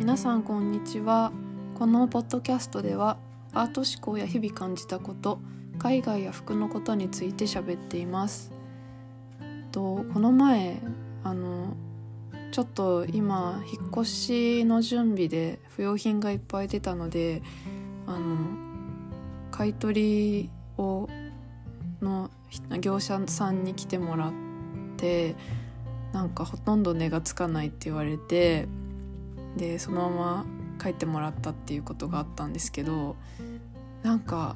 皆さんこんにちは。このポッドキャストではアート思考や日々感じたこと、海外や服のことについて喋っています。この前ちょっと今引っ越しの準備で不要品がいっぱい出たので買い取りの業者さんに来てもらって、なんかほとんど値がつかないって言われて、でそのまま帰ってもらったっていうことがあったんですけど、なんか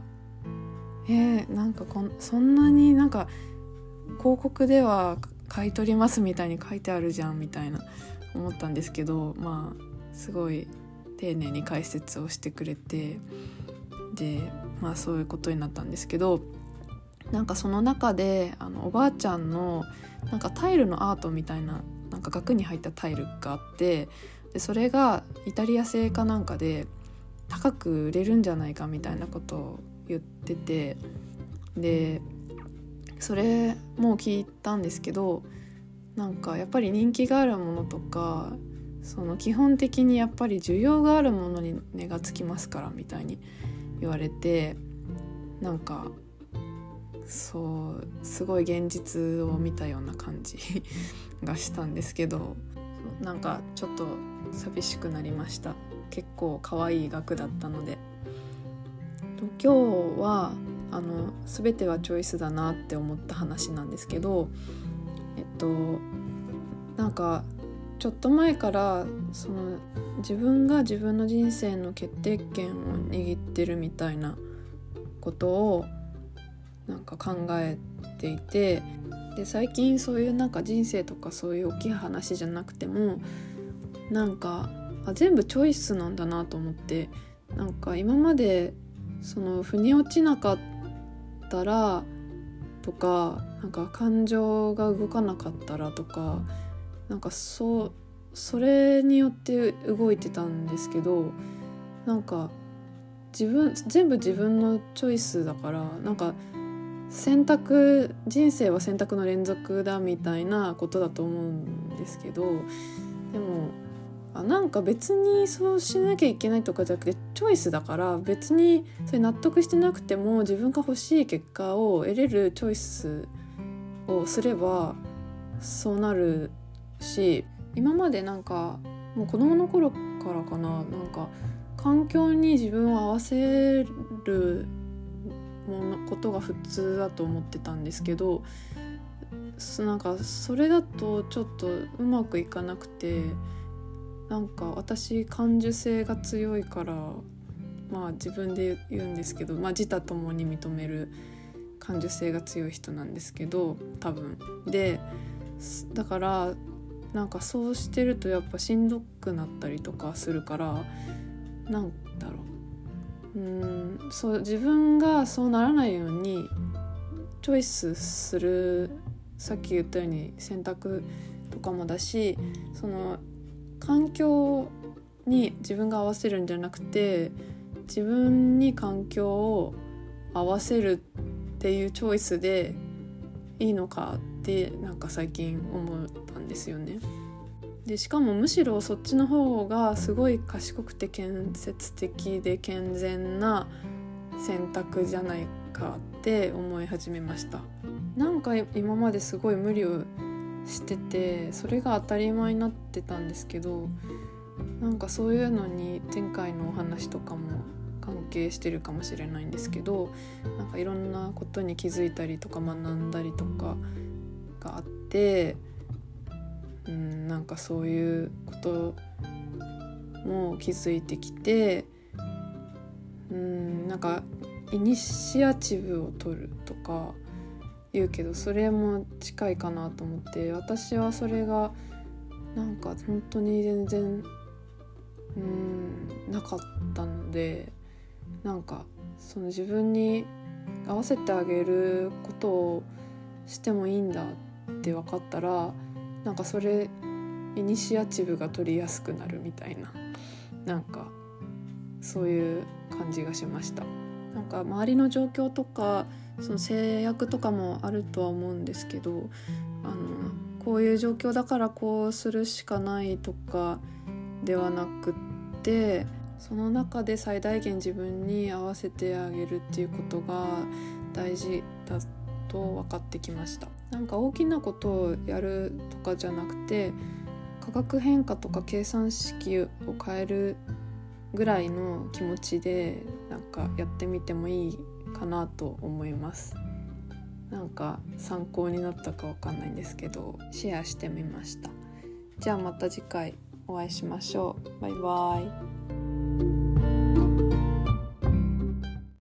そんなに広告では買い取りますみたいに書いてあるじゃんみたいな思ったんですけど、すごい丁寧に解説をしてくれて、でそういうことになったんですけど、その中でおばあちゃんのタイルのアートみたいな額に入ったタイルがあって、でそれがイタリア製かなんかで高く売れるんじゃないかみたいなことを言ってて、でそれも聞いたんですけど、やっぱり人気があるものとか基本的にやっぱり需要があるものに値がつきますからみたいに言われて、そうすごい現実を見たような感じがしたんですけど、ちょっと寂しくなりました。結構可愛い額だったので。今日は全てはチョイスだなって思った話なんですけど、ちょっと前から自分が自分の人生の決定権を握ってるみたいなことを考えていて、で最近そういう人生とかそういう大きい話じゃなくても全部チョイスなんだなと思って、今まで腑に落ちなかったらとか感情が動かなかったらとかそれによって動いてたんですけど、全部自分のチョイスだから人生は選択の連続だみたいなことだと思うんですけど、でも別にそうしなきゃいけないとかじゃなくてチョイスだから、別にそれ納得してなくても自分が欲しい結果を得れるチョイスをすればそうなるし、今までもう子供の頃からかな、環境に自分を合わせることが普通だと思ってたんですけど、それだとちょっとうまくいかなくて、私感受性が強いから自分で言うんですけど、自他ともに認める感受性が強い人なんですけど、多分でだからそうしてるとやっぱしんどくなったりとかするから、そう自分がそうならないようにチョイスする、さっき言ったように選択とかもだし、環境に自分が合わせるんじゃなくて自分に環境を合わせるっていうチョイスでいいのかって最近思ったんですよね。でしかもむしろそっちの方がすごい賢くて建設的で健全な選択じゃないかって思い始めました。今まですごい無理をしてて、それが当たり前になってたんですけど、そういうのに前回のお話とかも関係してるかもしれないんですけど、いろんなことに気づいたりとか学んだりとかがあって、そういうことも気づいてきて、イニシアチブを取るとか言うけど、それも近いかなと思って、私はそれが本当に全然なかったので、自分に合わせてあげることをしてもいいんだって分かったら、それイニシアチブが取りやすくなるみたいな、そういう感じがしました。周りの状況とか制約とかもあるとは思うんですけど、こういう状況だからこうするしかないとかではなくって、その中で最大限自分に合わせてあげるっていうことが大事だと分かってきました。なんか大きなことをやるとかじゃなくて、価格変化とか計算式を変えるぐらいの気持ちでなんかやってみてもいいかなと思います。なんか参考になったかわかんないんですけど、シェアしてみました。じゃあまた次回お会いしましょう。バイバイ。